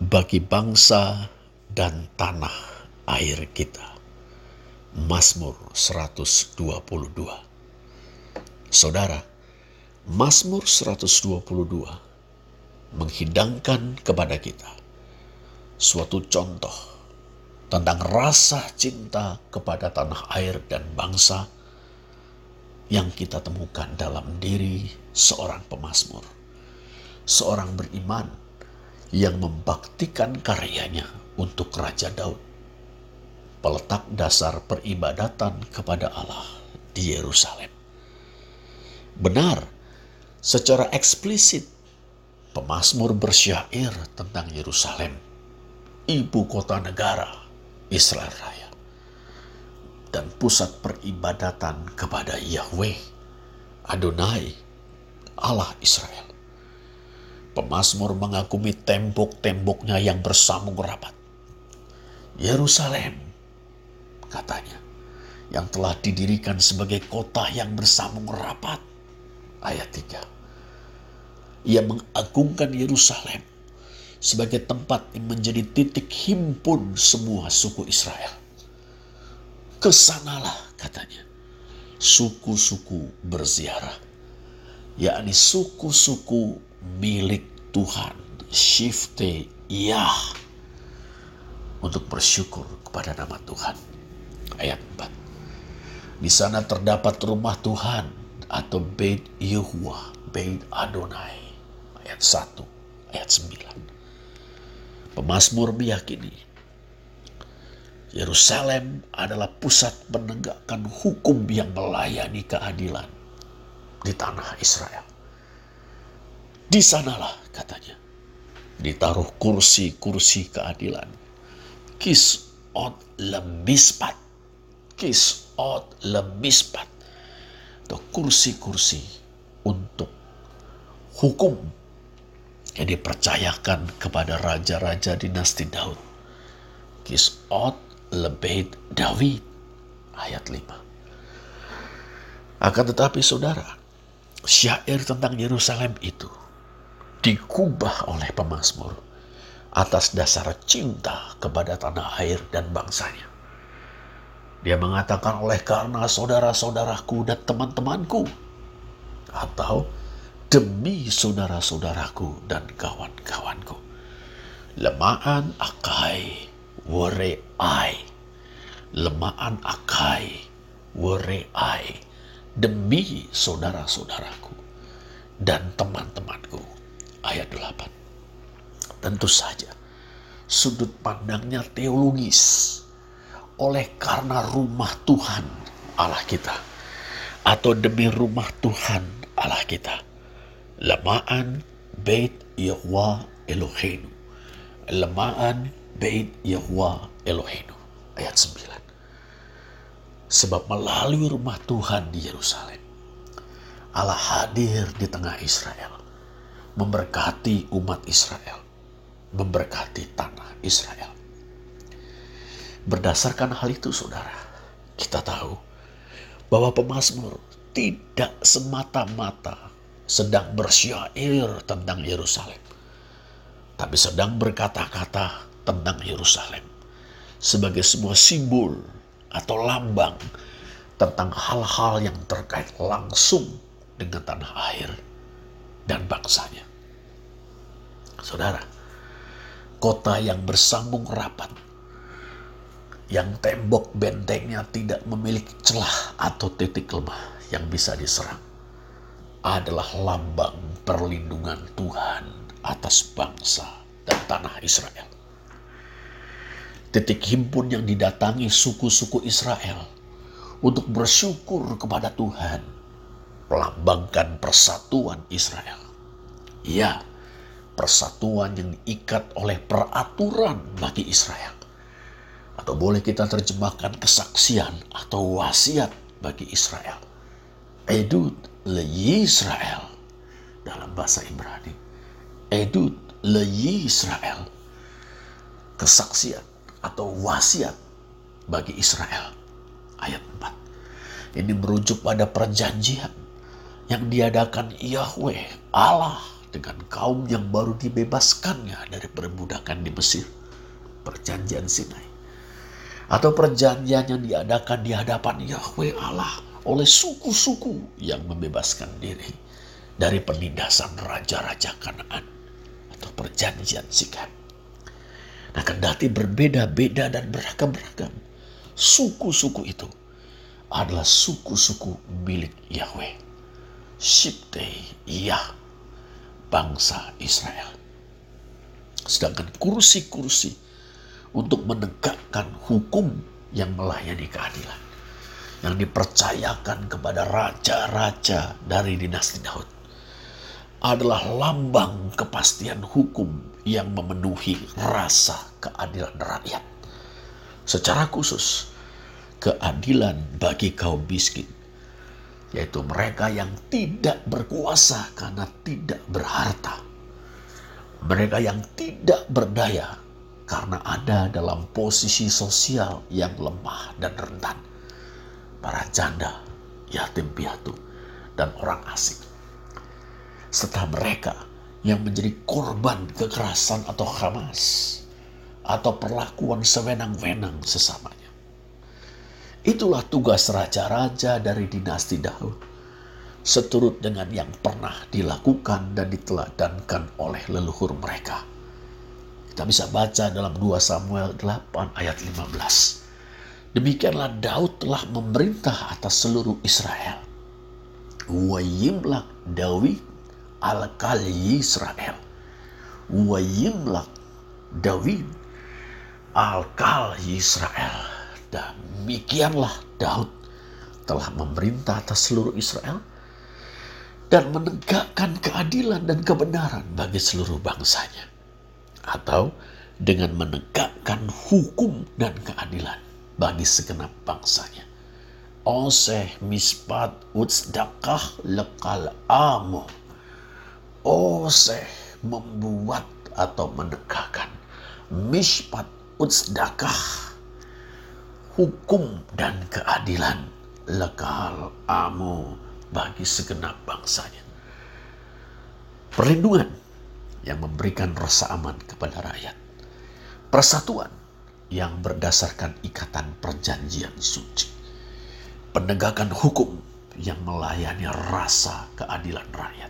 bagi bangsa dan tanah air kita. Mazmur 122. Saudara, Mazmur 122 menghidangkan kepada kita suatu contoh tentang rasa cinta kepada tanah air dan bangsa yang kita temukan dalam diri seorang pemazmur, seorang beriman yang membaktikan karyanya untuk Raja Daud, peletak dasar peribadatan kepada Allah di Yerusalem. Benar, secara eksplisit pemazmur bersyair tentang Yerusalem, ibu kota negara Israel Raya, dan pusat peribadatan kepada Yahweh, Adonai, Allah Israel. Pemazmur mengagumi tembok-temboknya yang bersambung rapat. Yerusalem, katanya, yang telah didirikan sebagai kota yang bersambung rapat. Ayat 3. Ia mengagungkan Yerusalem sebagai tempat yang menjadi titik himpun semua suku Israel. Kesanalah, katanya, suku-suku berziarah, yakni suku-suku milik Tuhan, Shifte Yah, untuk bersyukur kepada nama Tuhan. Ayat 4. Di sana terdapat rumah Tuhan atau Beit Yehuwah, Beit Adonai. Ayat 1, ayat 9. Pemazmur meyakini Yerusalem adalah pusat menegakkan hukum yang melayani keadilan di tanah Israel. Di sanalah, katanya, ditaruh kursi-kursi keadilan. Kisot lemispat. Kisot lemispat. Atau kursi-kursi untuk hukum yang dipercayakan kepada raja-raja dinasti Daud. Kisot lebeit David. Ayat 5. Akan tetapi saudara, syair tentang Yerusalem itu digubah oleh pemazmur atas dasar cinta kepada tanah air dan bangsanya. Dia mengatakan, oleh karena saudara-saudaraku dan teman-temanku, atau demi saudara-saudaraku dan kawan-kawanku. Lemaan akai woreai. Lemaan akai woreai. Demi saudara-saudaraku dan teman-temanku. Ayat 8. Tentu saja sudut pandangnya teologis. Oleh karena rumah Tuhan Allah kita, atau demi rumah Tuhan Allah kita. Lemaan Beit Yehuwah Eloheinu. Lemaan Beit Yehuwah Eloheinu. Ayat 9. Sebab melalui rumah Tuhan di Yerusalem, Allah hadir di tengah Israel, memberkati umat Israel, memberkati tanah Israel. Berdasarkan hal itu, saudara, kita tahu bahwa pemazmur tidak semata-mata sedang bersyair tentang Yerusalem, tapi sedang berkata-kata tentang Yerusalem sebagai sebuah simbol atau lambang tentang hal-hal yang terkait langsung dengan tanah air dan bangsanya. Saudara, kota yang bersambung rapat, yang tembok bentengnya tidak memiliki celah atau titik lemah yang bisa diserang, adalah lambang perlindungan Tuhan atas bangsa dan tanah Israel. Titik himpun yang didatangi suku-suku Israel untuk bersyukur kepada Tuhan, melambangkan persatuan Israel. Ya, persatuan yang diikat oleh peraturan bagi Israel. Atau boleh kita terjemahkan kesaksian atau wasiat bagi Israel. Edut le Yisrael dalam bahasa Ibrani. Edut le Yisrael. Kesaksian atau wasiat bagi Israel. Ayat 4. Ini merujuk pada perjanjian yang diadakan Yahweh Allah dengan kaum yang baru dibebaskannya dari perbudakan di Mesir, perjanjian Sinai, atau perjanjian yang diadakan di hadapan Yahweh Allah oleh suku-suku yang membebaskan diri dari penindasan raja-raja Kanaan, atau perjanjian Sikem. Nah, kendati berbeda-beda dan beragam-beragam, suku-suku itu adalah suku-suku milik Yahweh, Shibtei Yah, bangsa Israel. Sedangkan kursi-kursi untuk menegakkan hukum yang melayani keadilan, yang dipercayakan kepada raja-raja dari dinasti Daud, adalah lambang kepastian hukum yang memenuhi rasa keadilan rakyat. Secara khusus, keadilan bagi kaum miskin, yaitu mereka yang tidak berkuasa karena tidak berharta, mereka yang tidak berdaya karena ada dalam posisi sosial yang lemah dan rentan, para janda, yatim piatu, dan orang asing, serta mereka yang menjadi korban kekerasan atau Hamas, atau perlakuan sewenang-wenang sesamanya. Itulah tugas raja-raja dari dinasti Daud, seturut dengan yang pernah dilakukan dan diteladankan oleh leluhur mereka. Kita bisa baca dalam 2 Samuel 8 ayat 15. Demikianlah Daud telah memerintah atas seluruh Israel. Wa yimlak Daud al-kal Yisrael. Wa yimlak Daud al-kal Yisrael. Demikianlah Daud telah memerintah atas seluruh Israel dan menegakkan keadilan dan kebenaran bagi seluruh bangsanya, atau dengan menegakkan hukum dan keadilan bagi segenap bangsanya. Oseh mispat utsdakah lekal amo. Oseh membuat atau menegakkan mispat utsdakah, hukum dan keadilan, lekal amo, bagi segenap bangsanya. Perlindungan yang memberikan rasa aman kepada rakyat. Persatuan yang berdasarkan ikatan perjanjian suci. Penegakan hukum yang melayani rasa keadilan rakyat.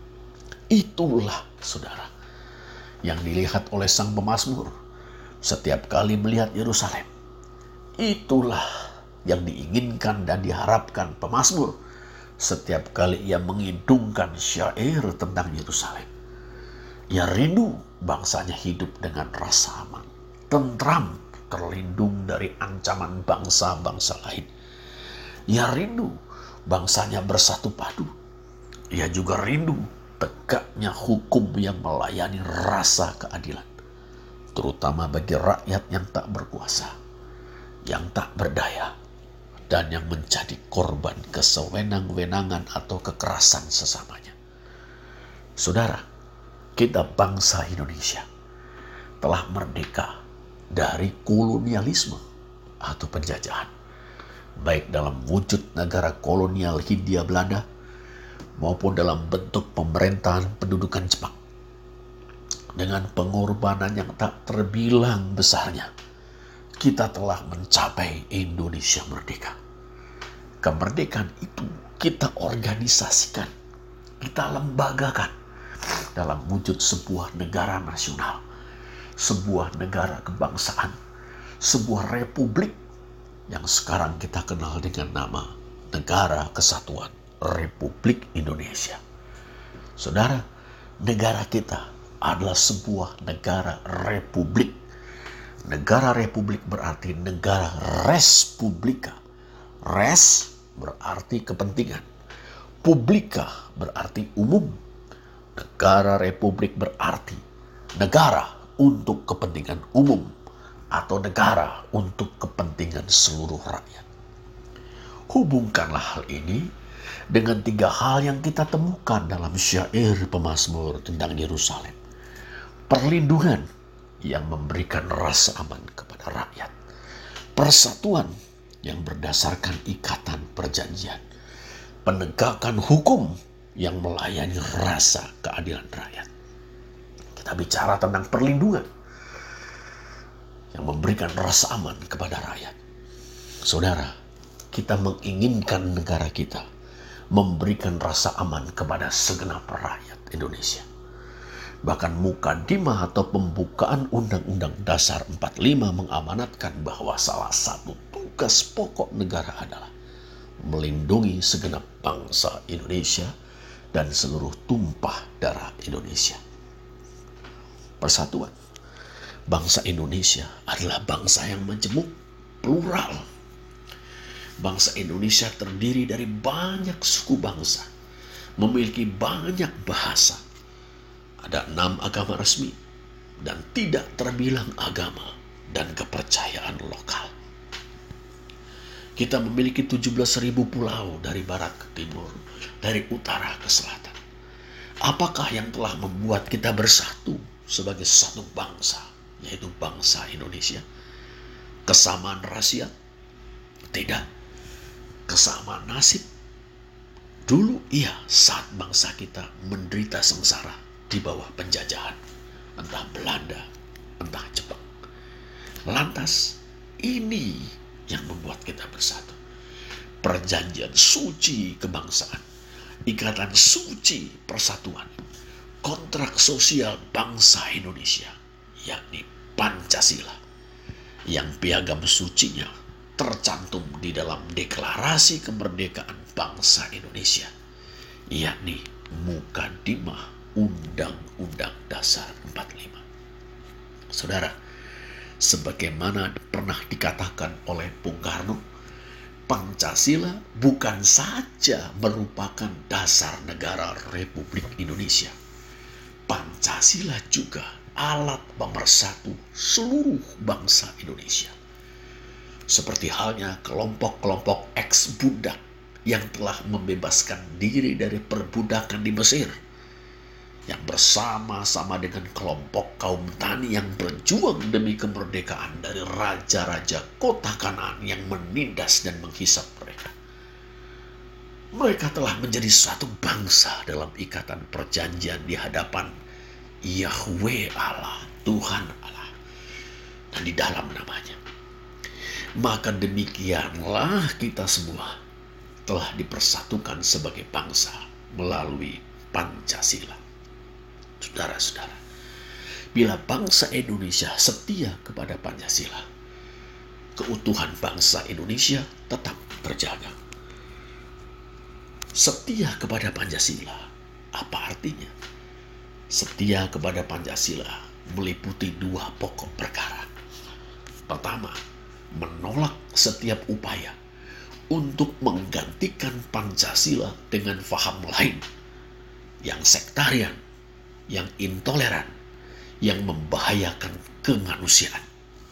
Itulah, saudara, yang dilihat oleh sang pemazmur setiap kali melihat Yerusalem. Itulah yang diinginkan dan diharapkan pemazmur setiap kali ia mengidungkan syair tentang Yerusalem. Ia rindu bangsanya hidup dengan rasa aman, tentram, terlindung dari ancaman bangsa-bangsa lain. Ia rindu bangsanya bersatu padu. Ia juga rindu tegaknya hukum yang melayani rasa keadilan, terutama bagi rakyat yang tak berkuasa, yang tak berdaya, dan yang menjadi korban kesewenang-wenangan atau kekerasan sesamanya. Saudara, kita bangsa Indonesia telah merdeka dari kolonialisme atau penjajahan, baik dalam wujud negara kolonial Hindia Belanda maupun dalam bentuk pemerintahan pendudukan Jepang. Dengan pengorbanan yang tak terbilang besarnya, kita telah mencapai Indonesia merdeka. Kemerdekaan itu kita organisasikan, kita lembagakan dalam wujud sebuah negara nasional, sebuah negara kebangsaan, sebuah republik yang sekarang kita kenal dengan nama Negara Kesatuan Republik Indonesia. Saudara, negara kita adalah sebuah negara republik. Negara republik berarti negara res publica. Res berarti kepentingan. Publica berarti umum. Negara republik berarti negara untuk kepentingan umum atau negara untuk kepentingan seluruh rakyat. Hubungkanlah hal ini dengan 3 hal yang kita temukan dalam syair pemazmur tentang Yerusalem. Perlindungan yang memberikan rasa aman kepada rakyat. Persatuan yang berdasarkan ikatan perjanjian. Penegakan hukum yang melayani rasa keadilan rakyat. Kita bicara tentang perlindungan yang memberikan rasa aman kepada rakyat. Saudara, kita menginginkan negara kita memberikan rasa aman kepada segenap rakyat Indonesia. Bahkan Mukadimah atau pembukaan Undang-Undang Dasar 45 mengamanatkan bahwa salah satu tugas pokok negara adalah melindungi segenap bangsa Indonesia dan seluruh tumpah darah Indonesia. Persatuan bangsa Indonesia adalah bangsa yang majemuk, plural. Bangsa Indonesia terdiri dari banyak suku bangsa, memiliki banyak bahasa. Ada 6 agama resmi dan tidak terbilang agama dan kepercayaan lokal. Kita memiliki 17.000 pulau dari barat ke timur, dari utara ke selatan. Apakah yang telah membuat kita bersatu sebagai satu bangsa, yaitu bangsa Indonesia? Kesamaan rasiat? Tidak. Kesamaan nasib? Dulu iya, saat bangsa kita menderita sengsara di bawah penjajahan, entah Belanda, entah Jepang. Lantas ini yang membuat kita bersatu. Perjanjian suci kebangsaan, ikatan suci persatuan, kontrak sosial bangsa Indonesia, yakni Pancasila, yang piagam sucinya tercantum di dalam deklarasi kemerdekaan bangsa Indonesia, yakni Mukadimah Undang-Undang Dasar 45. Saudara, sebagaimana pernah dikatakan oleh Bung Karno, Pancasila bukan saja merupakan dasar negara Republik Indonesia. Pancasila juga alat pemersatu seluruh bangsa Indonesia. Seperti halnya kelompok-kelompok ex-budak yang telah membebaskan diri dari perbudakan di Mesir, yang bersama-sama dengan kelompok kaum tani yang berjuang demi kemerdekaan dari raja-raja kota Kanaan yang menindas dan menghisap mereka. Mereka telah menjadi satu bangsa dalam ikatan perjanjian di hadapan Yahweh Allah, Tuhan Allah, dan di dalam namanya. Maka demikianlah kita semua telah dipersatukan sebagai bangsa melalui Pancasila. Saudara-saudara, bila bangsa Indonesia setia kepada Pancasila, keutuhan bangsa Indonesia tetap terjaga. Setia kepada Pancasila, apa artinya? Setia kepada Pancasila meliputi 2 pokok perkara. Pertama, menolak setiap upaya untuk menggantikan Pancasila dengan faham lain yang sektarian, yang intoleran, yang membahayakan kemanusiaan.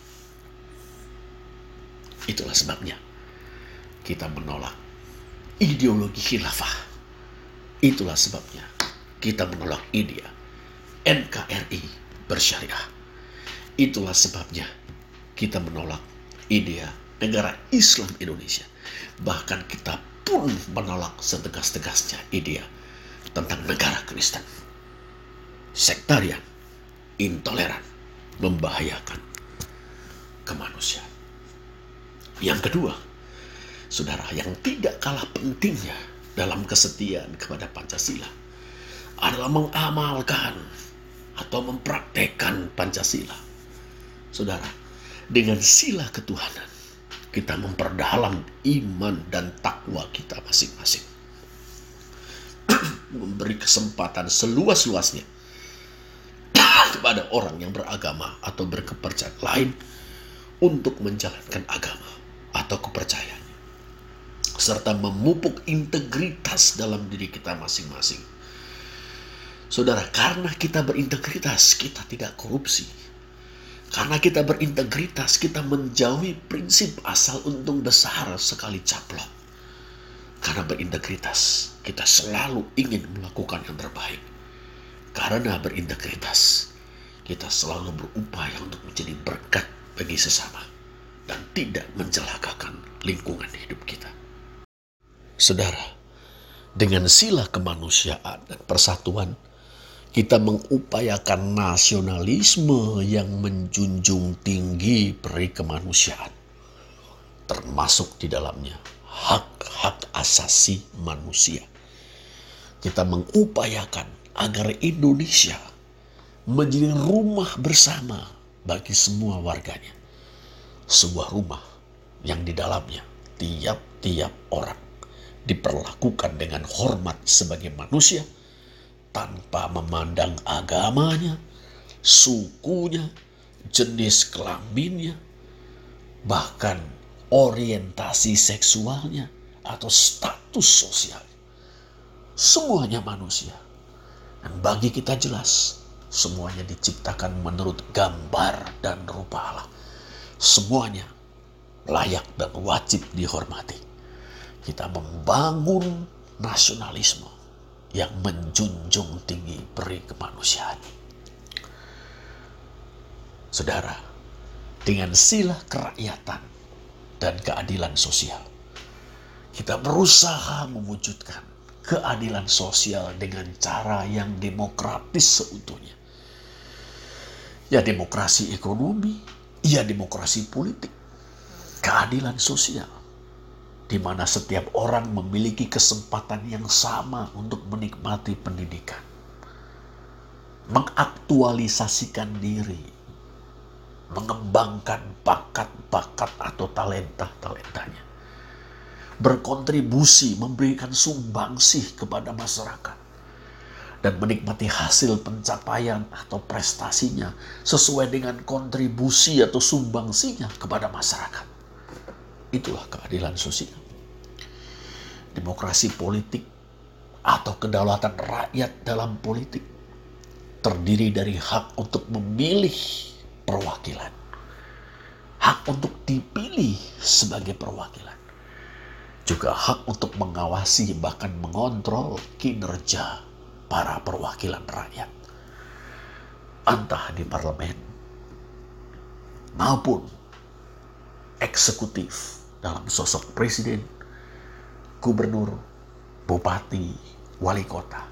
Itulah sebabnya kita menolak ideologi khilafah. Itulah sebabnya kita menolak ide NKRI bersyariah. Itulah sebabnya kita menolak ide negara Islam Indonesia. Bahkan kita pun menolak setegas-tegasnya ide tentang negara Kristen. Sektarian, intoleran, membahayakan kemanusiaan. Yang kedua, saudara, yang tidak kalah pentingnya dalam kesetiaan kepada Pancasila adalah mengamalkan atau mempraktekkan Pancasila. Saudara, dengan sila ketuhanan, kita memperdalam iman dan takwa kita masing-masing. Memberi kesempatan seluas-luasnya kepada orang yang beragama atau berkepercayaan lain untuk menjalankan agama atau kepercayaannya, serta memupuk integritas dalam diri kita masing-masing. Saudara, karena kita berintegritas, kita tidak korupsi. Karena kita berintegritas, kita menjauhi prinsip asal untung besar sekali caplok. Karena berintegritas, kita selalu ingin melakukan yang terbaik. Karena berintegritas, kita selalu berupaya untuk menjadi berkat bagi sesama dan tidak mencelakakan lingkungan hidup kita. Saudara, Dengan sila kemanusiaan dan persatuan, kita mengupayakan nasionalisme yang menjunjung tinggi peri kemanusiaan, termasuk di dalamnya hak-hak asasi manusia. Kita mengupayakan agar Indonesia menjadi rumah bersama bagi semua warganya. Sebuah rumah yang di dalamnya tiap-tiap orang diperlakukan dengan hormat sebagai manusia tanpa memandang agamanya, sukunya, jenis kelaminnya, bahkan orientasi seksualnya atau status sosial. Semuanya manusia. Dan bagi kita jelas, semuanya diciptakan menurut gambar dan rupa Allah. Semuanya layak dan wajib dihormati. Kita membangun nasionalisme yang menjunjung tinggi peri kemanusiaan. Saudara, dengan sila kerakyatan dan keadilan sosial, kita berusaha mewujudkan keadilan sosial dengan cara yang demokratis seutuhnya. Ya demokrasi ekonomi, ya demokrasi politik, keadilan sosial, di mana setiap orang memiliki kesempatan yang sama untuk menikmati pendidikan, mengaktualisasikan diri, mengembangkan bakat-bakat atau talenta-talentanya, berkontribusi, memberikan sumbangsih kepada masyarakat, dan menikmati hasil pencapaian atau prestasinya sesuai dengan kontribusi atau sumbangsinya kepada masyarakat. Itulah keadilan sosial. Demokrasi politik atau kedaulatan rakyat dalam politik terdiri dari hak untuk memilih perwakilan, hak untuk dipilih sebagai perwakilan, juga hak untuk mengawasi bahkan mengontrol kinerja para perwakilan rakyat, entah di parlemen maupun eksekutif dalam sosok presiden, gubernur, bupati, wali kota.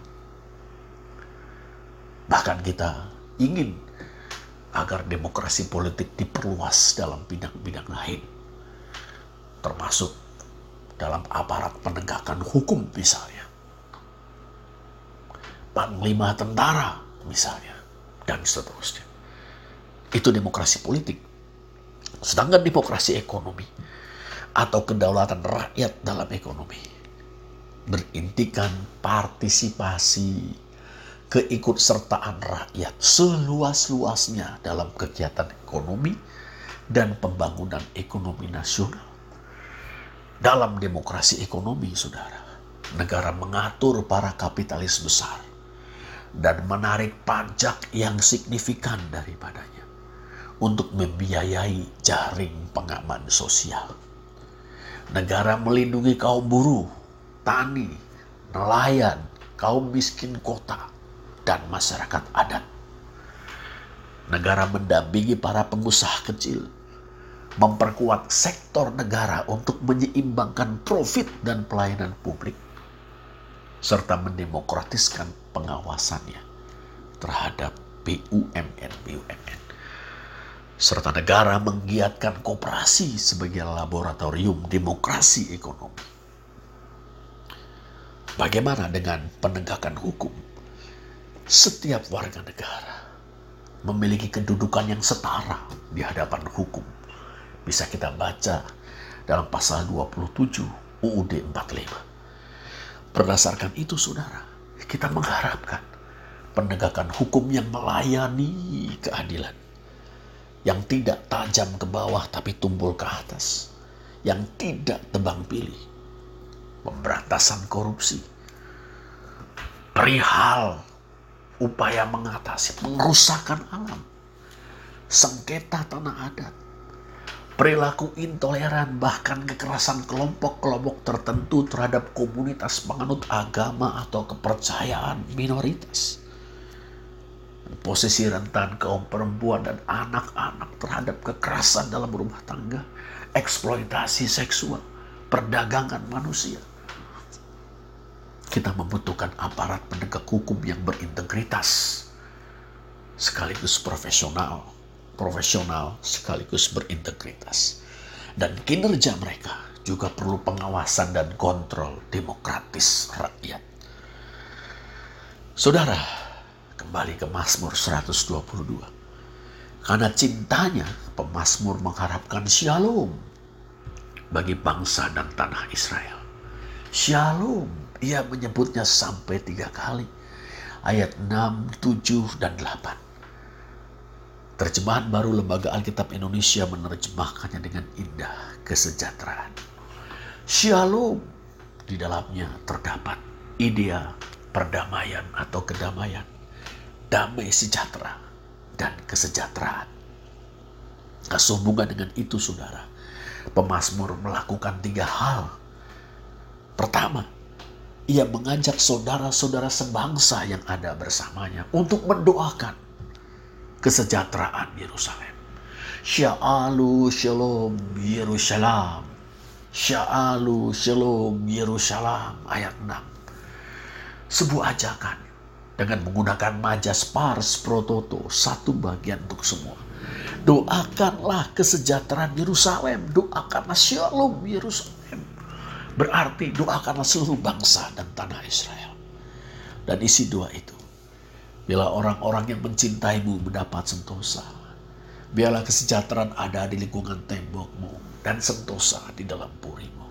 Bahkan kita ingin agar demokrasi politik diperluas dalam bidang-bidang lain, termasuk dalam aparat penegakan hukum misalnya, panglima tentara misalnya, dan seterusnya. Itu demokrasi politik. Sedangkan demokrasi ekonomi atau kedaulatan rakyat dalam ekonomi berintikan partisipasi, keikutsertaan rakyat seluas-luasnya dalam kegiatan ekonomi dan pembangunan ekonomi nasional. Dalam demokrasi ekonomi, saudara, negara mengatur para kapitalis besar dan menarik pajak yang signifikan daripadanya untuk membiayai jaring pengaman sosial. Negara melindungi kaum buruh, tani, nelayan, kaum miskin kota, dan masyarakat adat. Negara mendampingi para pengusaha kecil, memperkuat sektor negara untuk menyeimbangkan profit dan pelayanan publik, serta mendemokratiskan pengawasannya terhadap BUMN. Serta negara menggiatkan koperasi sebagai laboratorium demokrasi ekonomi. Bagaimana dengan penegakan hukum? Setiap warga negara memiliki kedudukan yang setara di hadapan hukum. Bisa kita baca dalam pasal 27 UUD 45. Berdasarkan itu, saudara, kita mengharapkan penegakan hukum yang melayani keadilan, yang tidak tajam ke bawah tapi tumpul ke atas, yang tidak tebang pilih, pemberantasan korupsi, perihal upaya mengatasi pengerusakan alam, sengketa tanah adat, perilaku intoleran, bahkan kekerasan kelompok-kelompok tertentu terhadap komunitas penganut agama atau kepercayaan minoritas, posisi rentan kaum perempuan dan anak-anak terhadap kekerasan dalam rumah tangga, eksploitasi seksual, perdagangan manusia, Kita membutuhkan aparat penegak hukum yang berintegritas, sekaligus profesional sekaligus berintegritas. Dan kinerja mereka juga perlu pengawasan dan kontrol demokratis rakyat. Saudara, kembali ke Mazmur 122. Karena cintanya, pemazmur mengharapkan shalom bagi bangsa dan tanah Israel. Shalom, ia menyebutnya sampai 3 kali. Ayat 6, 7, dan 8. Terjemahan baru Lembaga Alkitab Indonesia menerjemahkannya dengan indah, kesejahteraan. Shalom, di dalamnya terdapat idea perdamaian atau kedamaian, damai sejahtera, dan kesejahteraan. Sehubungan dengan itu, saudara, pemazmur melakukan 3 hal. Pertama, ia mengajak saudara-saudara sebangsa yang ada bersamanya untuk mendoakan kesejahteraan Yerusalem. Sya'alu shalom Yerusalem. Sya'alu shalom Yerusalem. Ayat 6. Sebuah ajakan dengan menggunakan majas pars prototo, satu bagian untuk semua. Doakanlah kesejahteraan Yerusalem. Doakanlah shalom Yerusalem. Berarti doakanlah seluruh bangsa dan tanah Israel. Dan isi doa itu, biarlah orang-orang yang mencintaimu mendapat sentosa. Biarlah kesejahteraan ada di lingkungan tembokmu dan sentosa di dalam purimu.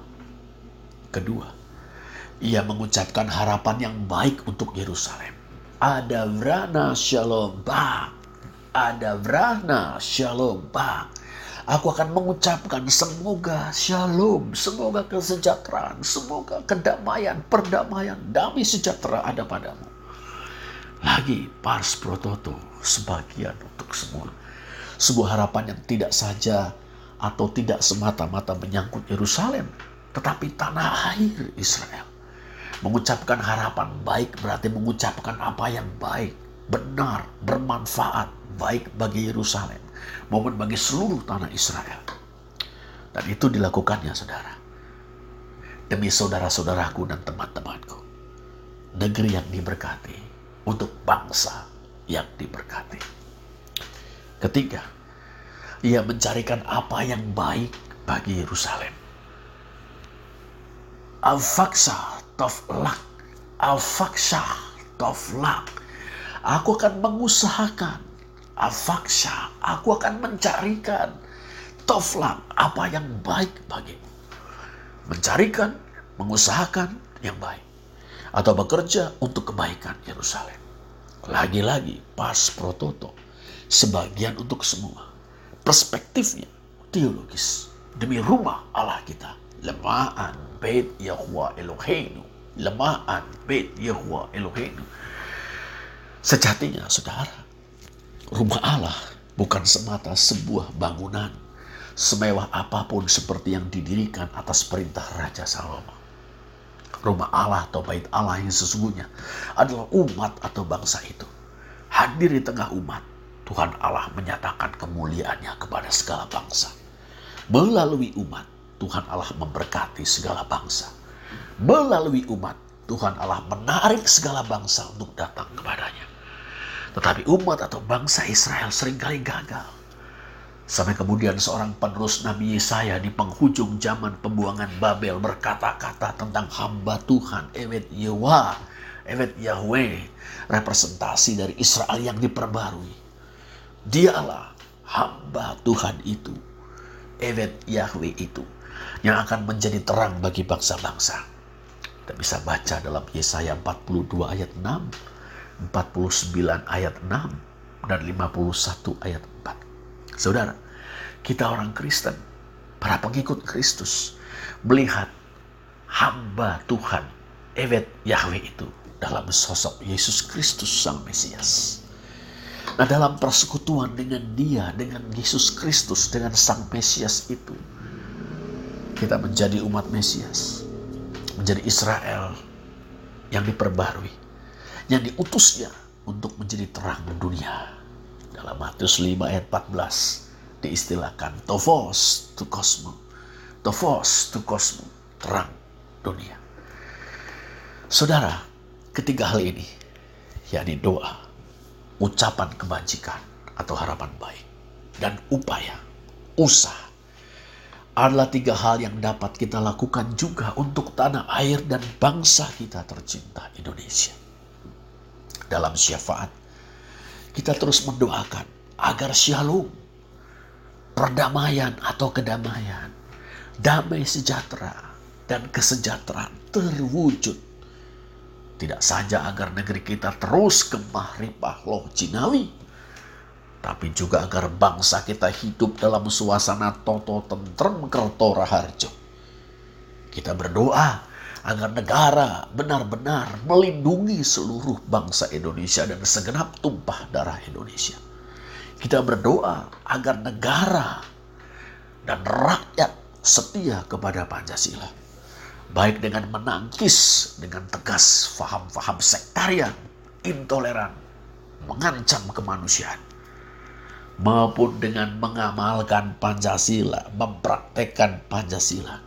Kedua, ia mengucapkan harapan yang baik untuk Yerusalem. Ada vrana shalom ba. Ada vrana shalom ba. Aku akan mengucapkan semoga shalom, semoga kesejahteraan, semoga kedamaian, perdamaian, damai sejahtera ada padamu. Lagi pars prototo, sebagian untuk semua. Sebuah harapan yang tidak saja atau tidak semata-mata menyangkut Yerusalem, tetapi tanah air Israel. Mengucapkan harapan baik berarti mengucapkan apa yang baik, benar, bermanfaat, baik bagi Yerusalem maupun bagi seluruh tanah Israel. Dan itu dilakukannya, saudara, demi saudara-saudaraku dan teman-temanku. Negeri yang diberkati untuk bangsa yang diberkati. Ketiga, ia mencarikan apa yang baik bagi Yerusalem. Al-Faksha Toflak. Al-Faksha Toflak. Aku akan mengusahakan. Al-Faksha, aku akan mencarikan. Toflak, apa yang baik bagimu. Mencarikan, mengusahakan yang baik. Atau bekerja untuk kebaikan Yerusalem. Lagi-lagi pars prototo, sebagian untuk semua. Perspektifnya teologis. Demi rumah Allah kita. Lema'an Beit Yahwa Eloheinu. Lema'an Beit Yahwa Eloheinu. Sejatinya, saudara, rumah Allah bukan semata sebuah bangunan semewah apapun seperti yang didirikan atas perintah Raja Salomo. Rumah Allah atau bait Allah yang sesungguhnya adalah umat atau bangsa itu. Hadir di tengah umat, Tuhan Allah menyatakan kemuliaannya kepada segala bangsa. Melalui umat, Tuhan Allah memberkati segala bangsa. Melalui umat, Tuhan Allah menarik segala bangsa untuk datang kepadanya. Tetapi umat atau bangsa Israel seringkali gagal. Sampai kemudian seorang penerus Nabi Yesaya di penghujung zaman pembuangan Babel berkata-kata tentang hamba Tuhan, Evet Yewa, Evet Yahweh, representasi dari Israel yang diperbarui. Dialah hamba Tuhan itu, Evet Yahweh itu, yang akan menjadi terang bagi bangsa-bangsa. Kita bisa baca dalam Yesaya 42 ayat 6, 49 ayat 6, dan 51 ayat 4. Saudara, kita orang Kristen, para pengikut Kristus, melihat hamba Tuhan, Evet Yahweh itu, dalam sosok Yesus Kristus Sang Mesias. Nah, dalam persekutuan dengan Dia, dengan Yesus Kristus, dengan Sang Mesias itu, kita menjadi umat Mesias, menjadi Israel yang diperbarui, yang diutusnya untuk menjadi terang dunia. Dalam Matius 5 ayat 14 diistilahkan Tovos tu kosmo. Tovos tu kosmo, terang dunia. Saudara, ketiga hal ini, yakni doa, ucapan kebajikan atau harapan baik, dan upaya, usaha, adalah tiga hal yang dapat kita lakukan juga untuk tanah air dan bangsa kita tercinta Indonesia. Dalam syafaat, kita terus mendoakan agar shalom, perdamaian atau kedamaian, damai sejahtera, dan kesejahteraan terwujud. Tidak saja agar negeri kita terus kemah ripah loh jinawi, tapi juga agar bangsa kita hidup dalam suasana toto tentrem kerto raharjo. Kita berdoa agar negara benar-benar melindungi seluruh bangsa Indonesia dan segenap tumpah darah Indonesia. Kita berdoa agar negara dan rakyat setia kepada Pancasila, baik dengan menangkis dengan tegas faham-faham sektarian, intoleran, mengancam kemanusiaan, maupun dengan mengamalkan Pancasila, mempraktekkan Pancasila.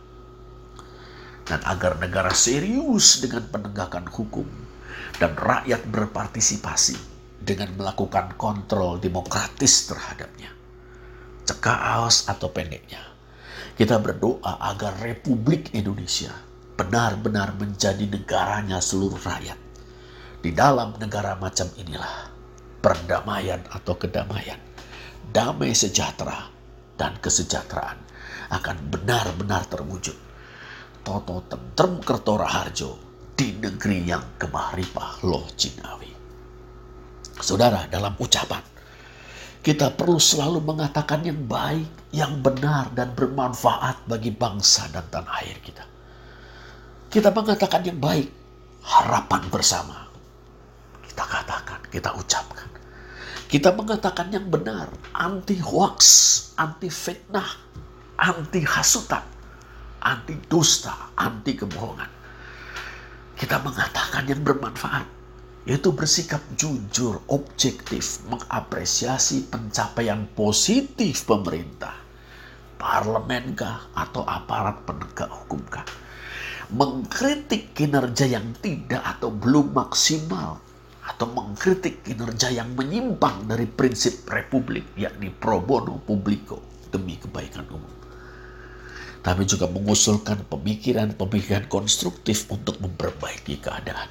Dan agar negara serius dengan penegakan hukum dan rakyat berpartisipasi dengan melakukan kontrol demokratis terhadapnya. Cekaos atau pendeknya, kita berdoa agar Republik Indonesia benar-benar menjadi negaranya seluruh rakyat. Di dalam negara macam inilah perdamaian atau kedamaian, damai sejahtera, dan kesejahteraan akan benar-benar terwujud. Toto tentrem kerto raharjo di negeri yang kemah ripah loh jinawi. Saudara, dalam ucapan, kita perlu selalu mengatakan yang baik, yang benar, dan bermanfaat bagi bangsa dan tanah air kita. Kita mengatakan yang baik, harapan bersama. Kita katakan, kita ucapkan. Kita mengatakan yang benar, anti hoax, anti fitnah, anti hasutan, anti dusta, anti kebohongan. Kita mengatakan yang bermanfaat, yaitu bersikap jujur, objektif, mengapresiasi pencapaian positif pemerintah, parlemenkah, atau aparat penegak hukumkah, mengkritik kinerja yang tidak atau belum maksimal, atau mengkritik kinerja yang menyimpang dari prinsip republik, yakni pro bono publico, demi kebaikan umum. Tapi juga mengusulkan pemikiran-pemikiran konstruktif untuk memperbaiki keadaan.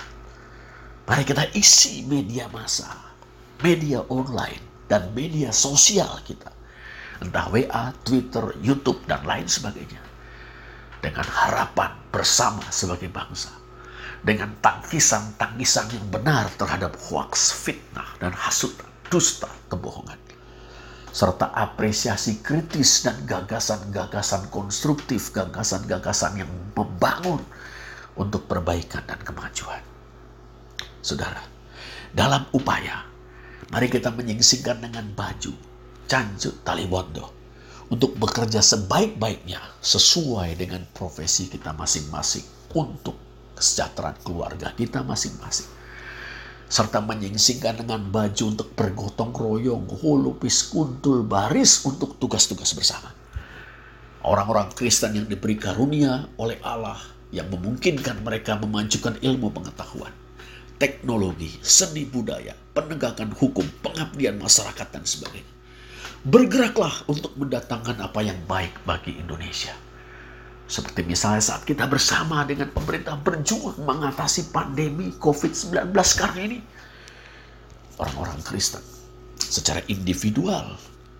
Mari kita isi media massa, media online, dan media sosial kita, entah WA, Twitter, YouTube, dan lain sebagainya, dengan harapan bersama sebagai bangsa, dengan tangkisan-tangkisan yang benar terhadap hoaks, fitnah, dan hasutan, dusta, kebohongan, serta apresiasi kritis dan gagasan-gagasan konstruktif, gagasan-gagasan yang membangun untuk perbaikan dan kemajuan. Saudara, dalam upaya, mari kita menyingsingkan dengan baju, cancut, tali bondo, untuk bekerja sebaik-baiknya sesuai dengan profesi kita masing-masing untuk kesejahteraan keluarga kita masing-masing. Serta menyingsingkan dengan baju untuk bergotong royong, holupis, kuntul, baris untuk tugas-tugas bersama. Orang-orang Kristen yang diberi karunia oleh Allah yang memungkinkan mereka memajukan ilmu pengetahuan, teknologi, seni budaya, penegakan hukum, pengabdian masyarakat, dan sebagainya. Bergeraklah untuk mendatangkan apa yang baik bagi Indonesia. Seperti misalnya saat kita bersama dengan pemerintah berjuang mengatasi pandemi COVID-19 sekarang ini. Orang-orang Kristen secara individual,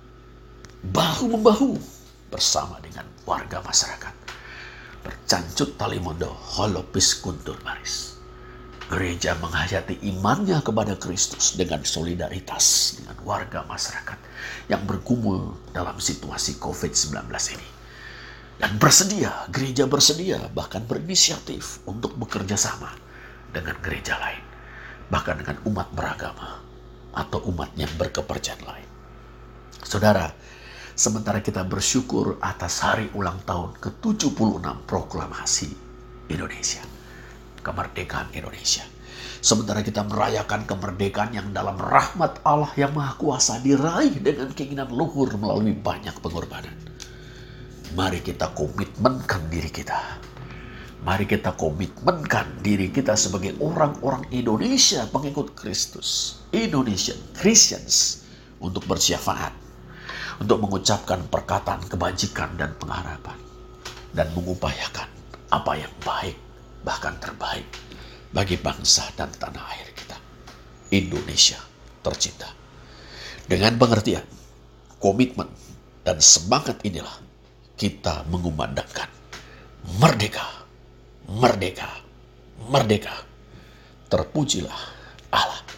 bahu-membahu bersama dengan warga masyarakat, bercancut tali mondo, holopis kuntur baris. Gereja menghayati imannya kepada Kristus dengan solidaritas dengan warga masyarakat yang bergumul dalam situasi COVID-19 ini. Dan gereja bersedia, bahkan berinisiatif untuk bekerja sama dengan gereja lain, bahkan dengan umat beragama atau umat yang berkepercayaan lain. Saudara, sementara kita bersyukur atas hari ulang tahun ke-76 proklamasi Indonesia, kemerdekaan Indonesia. Sementara kita merayakan kemerdekaan yang dalam rahmat Allah yang Maha Kuasa diraih dengan keinginan luhur melalui banyak pengorbanan. Mari kita komitmenkan diri kita Mari kita komitmenkan diri kita sebagai orang-orang Indonesia pengikut Kristus, Indonesian Christians, untuk bersyafaat, untuk mengucapkan perkataan kebajikan dan pengharapan, dan mengupayakan apa yang baik, bahkan terbaik bagi bangsa dan tanah air kita, Indonesia tercinta. Dengan pengertian, komitmen, dan semangat inilah kita mengumandangkan merdeka, merdeka, merdeka. Terpujilah Allah.